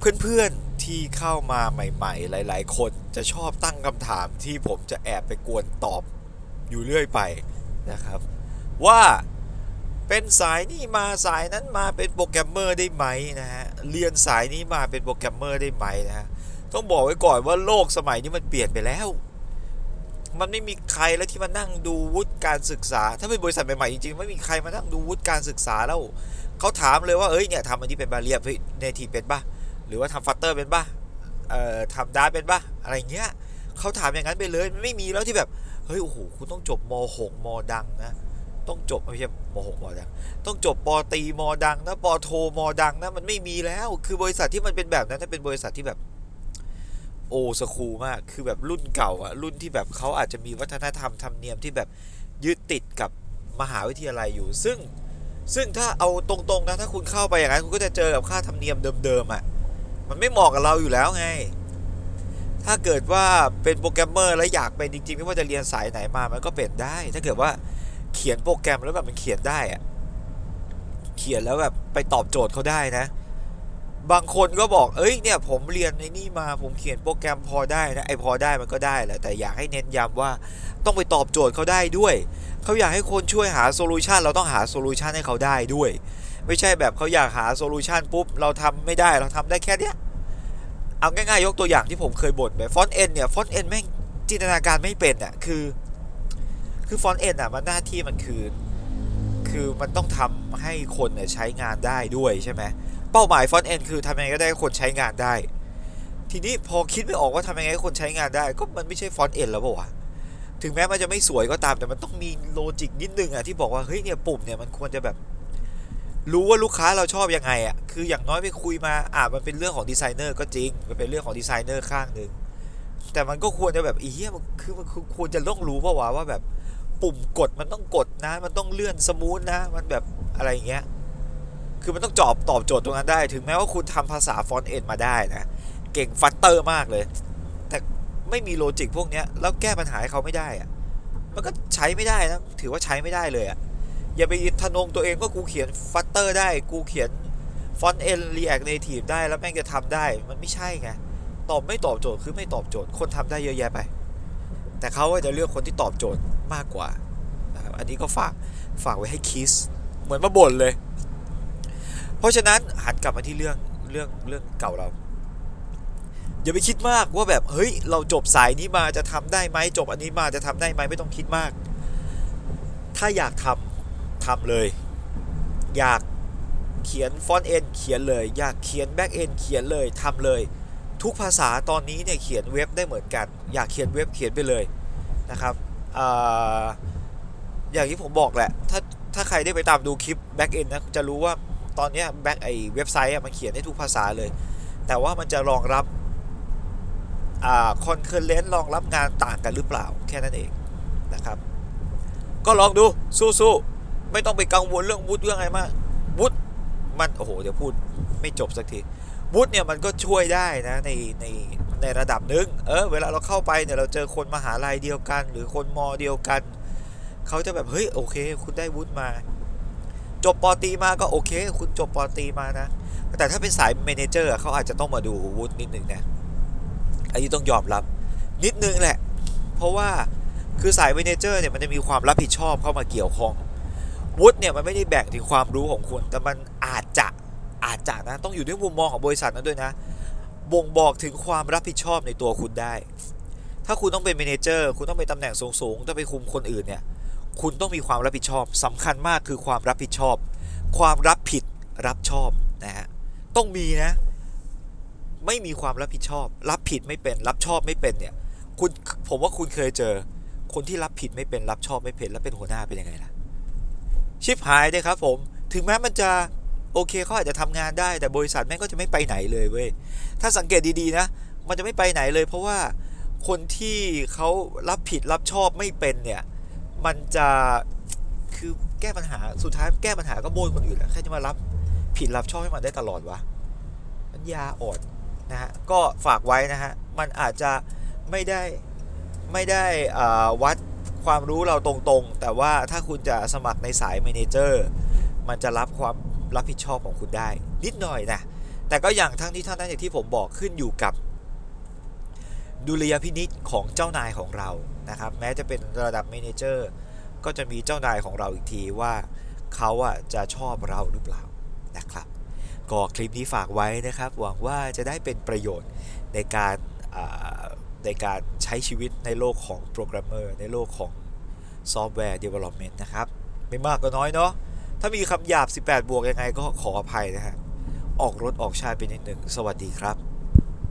เพื่อนๆที่เข้ามาใหม่ๆหลายๆคนจะชอบตั้งคำถามที่ผมจะแอบไปกวนตอบอยู่เรื่อยไปนะครับว่าเป็นสายนี้มาสายนั้นมาเป็นโปรแกรมเมอร์ได้ไหมนะฮะเรียนสายนี้มาเป็นโปรแกรมเมอร์ได้ไหมนะฮะต้องบอกไว้ก่อนว่าโลกสมัยนี้มันเปลี่ยนไปแล้วมันไม่มีใครแล้วที่มานั่งดูวุฒิการศึกษาถ้าเป็นบริษัทใหม่ๆจริงๆไม่มีใครมานั่งดูวุฒิการศึกษาแล้วเขาถามเลยว่าเอ้ยเนี่ยทำอันนี้เป็นบาเรียบเนทีฟเป็นป่ะหรือว่าทำฟัตเตอร์เป็นป่ะทำดาร์เป็นป่ะอะไรเงี้ยเขาถามอย่างนั้นไปเลยมันไม่มีแล้วที่แบบเฮ้ยโอ้โหคุณต้องจบม .6 มดังนะต้องจบไม่ใช่ม .6 มดังต้องจบปตรีมดังนะปโทมดังนะมันไม่มีแล้วคือบริษัทที่มันเป็นแบบนั้นเป็นบริษัทที่แบบโอสคูลมากคือแบบรุ่นเก่าอะรุ่นที่แบบเขาอาจจะมีวัฒนธรรมธรรมเนียมที่แบบยึดติดกับมหาวิทยาลัยอยู่ซึ่งถ้าเอาตรงๆนะถ้าคุณเข้าไปอย่างนั้นคุณก็จะเจอกับค่าธรรมเนียมเดิมๆอ่ะมันไม่เหมาะกับเราอยู่แล้วไงถ้าเกิดว่าเป็นโปรแกรมเมอร์แล้วอยากเป็นจริงๆไม่ว่าจะเรียนสายไหนมามันก็เป็นได้ถ้าเกิดว่าเขียนโปรแกรมแล้วแบบมันเขียนได้อ่ะเขียนแล้วแบบไปตอบโจทย์เขาได้นะบางคนก็บอกเอ้ยเนี่ยผมเรียนในนี่มาผมเขียนโปรแกรมพอได้นะไอพอได้มันก็ได้แหละแต่อยากให้เน้นย้ำว่าต้องไปตอบโจทย์เขาได้ด้วยเขาอยากให้คนช่วยหาโซลูชันเราต้องหาโซลูชันให้เขาได้ด้วยไม่ใช่แบบเขาอยากหาโซลูชันปุ๊บเราทำไม่ได้เราทำได้แค่เนี้ยเอาง่ายๆยกตัวอย่างที่ผมเคยบ่นไปฟอนต์เอ็นเนี่ยฟอนต์เอ็นแม่งจินตนาการไม่เป็นอ่ะคือฟอนต์เอ็นอ่ะมันหน้าที่มันคือมันต้องทำให้คนใช้งานได้ด้วยใช่ไหมเป้าหมายฟอนต์เอ็นคือทำยังไงก็ได้ให้คนใช้งานได้ทีนี้พอคิดไม่ออกว่าทำยังไงให้คนใช้งานได้ก็มันไม่ใช่ฟอนต์เอ็นแล้วป่าวะถึงแม้มันจะไม่สวยก็ตามแต่มันต้องมีโลจิกนิดนึงอ่ะที่บอกว่าเฮ้ยเนี่ยปุ่มเนี่ยมันควรจะแบบรู้ว่าลูกค้าเราชอบยังไงอ่ะคืออย่างน้อยไปคุยมามันเป็นเรื่องของดีไซเนอร์ก็จริงมันเป็นเรื่องของดีไซเนอร์ข้างหนึ่งแต่มันก็ควรจะแบบเฮียมันคือควรจะต้องรู้ป่าวว่าแบบปุ่มกดมันต้องกดนะมันต้องเลื่อนสมูทนะมันแบบอะไรอย่างเงี้ยคือมันต้องตอบโจทย์ตรงนั้นได้ถึงแม้ว่าคุณทำภาษาฟอนต์เอ็นมาได้นะเก่งฟัตเตอร์มากเลยแต่ไม่มีโลจิกพวกนี้แล้วแก้ปัญหาให้เขาไม่ได้อะมันก็ใช้ไม่ได้นะถือว่าใช้ไม่ได้เลยอะอย่าไปทะนงตัวเองว่ากูเขียนฟัตเตอร์ได้กูเขียนฟอนต์เอ็นรีแอคเนทีฟได้แล้วแม่งจะทำได้มันไม่ใช่ไงไม่ตอบโจทย์คือไม่ตอบโจทย์คนทำได้เยอะแยะไปแต่เขาจะเลือกคนที่ตอบโจทย์มากกว่านะครับอันนี้ก็ฝากไว้ให้คิสเหมือนมาบ่นเลยเพราะฉะนั้นหันกลับมาที่เรื่องเก่าเราอย่าไปคิดมากว่าแบบเฮ้ยเราจบสายนี้มาจะทำได้ไหมจบอันนี้มาจะทำได้ไหมไม่ต้องคิดมากถ้าอยากทำเลยอยากเขียนฟอนต์เอ็นเขียนเลยอยากเขียนแบ็กเอ็นเขียนเลยทำเลยทุกภาษาตอนนี้เนี่ยเขียนเว็บได้เหมือนกันอยากเขียนเว็บเขียนไปเลยนะครับอย่างที่ผมบอกแหละถ้าใครได้ไปตามดูคลิปแบ็กเอ็นนะจะรู้ว่าตอนนี้เว็บไซต์มันเขียนได้ทุกภาษาเลยแต่ว่ามันจะรองรับคอนเคอร์เรนต์รองรับงานต่างกันหรือเปล่าแค่นั้นเองนะครับก็ลองดูสู้ๆไม่ต้องไปกังวลเรื่องวุฒิเรื่องอะไรมากวุฒิมันโอ้โหเดี๋ยวพูดไม่จบสักทีวุฒิเนี่ยมันก็ช่วยได้นะในระดับหนึ่งเวลาเราเข้าไปเนี่ยเราเจอคนมหาลัยเดียวกันหรือคนมอเดียวกันเขาจะแบบเฮ้ยโอเคคุณได้วุฒิมาจบปตรีมาก็โอเคคุณจบปตรีมานะแต่ถ้าเป็นสายเมเนเจอร์เขาอาจจะต้องมาดูวุฒินิดนึงนะอันนี้ต้องยอมรับนิดนึงแหละเพราะว่าคือสายเมเนเจอร์เนี่ยมันจะมีความรับผิดชอบเข้ามาเกี่ยวข้องวุฒิเนี่ยมันไม่ได้แบ่งถึงความรู้ของคุณแต่มันอาจจะนะต้องอยู่ด้วยมุมมองของบริษัทนั้นด้วยนะบ่งบอกถึงความรับผิดชอบในตัวคุณได้ถ้าคุณต้องเป็นเมเนเจอร์คุณต้องไปตำแหน่งสูงต้องไปคุมคนอื่นเนี่ยคุณต้องมีความรับผิดชอบสำคัญมากคือความรับผิดชอบความรับผิดรับชอบนะฮะต้องมีนะไม่มีความรับผิดชอบรับผิดไม่เป็นรับชอบไม่เป็นเนี่ยผมว่าคุณเคยเจอคนที่รับผิดไม่เป็นรับชอบไม่เป็นแล้วเป็นหัวหน้าเป็นยังไงล่ะชิบหายเลยครับผมถึงแม้มันจะโอเคเขาอาจจะทำงานได้แต่บริษัทแม่งก็จะไม่ไปไหนเลยเว้ยถ้าสังเกตดีๆนะมันจะไม่ไปไหนเลยเพราะว่าคนที่เขารับผิดรับชอบไม่เป็นเนี่ยมันจะคือแก้ปัญหาสุดท้ายแก้ปัญหาก็โบยคนอื่นแหละแค่จะมารับผิดรับชอบให้มันได้ตลอดวะมันยาอ่อนนะฮะก็ฝากไว้นะฮะมันอาจจะไม่ได้วัดความรู้เราตรงๆแต่ว่าถ้าคุณจะสมัครในสายเมเนเจอร์มันจะรับความรับผิดชอบของคุณได้นิดหน่อยแต่ก็อย่างทั้งที่ท่านนั้นอย่างที่ผมบอกขึ้นอยู่กับดุลยพินิจของเจ้านายของเรานะครับแม้จะเป็นระดับเมเนเจอร์ก็จะมีเจ้านายของเราอีกทีว่าเขาจะชอบเราหรือเปล่านะครับก็คลิปนี้ฝากไว้นะครับหวังว่าจะได้เป็นประโยชน์ในการในการใช้ชีวิตในโลกของโปรแกรมเมอร์ในโลกของซอฟต์แวร์ Development นะครับไม่มากก็น้อยเนาะถ้ามีคำหยาบ18 บวกยังไงก็ขออภัยนะฮะออกรถออกชาติไปนิดหนึ่งสวัสดีครับ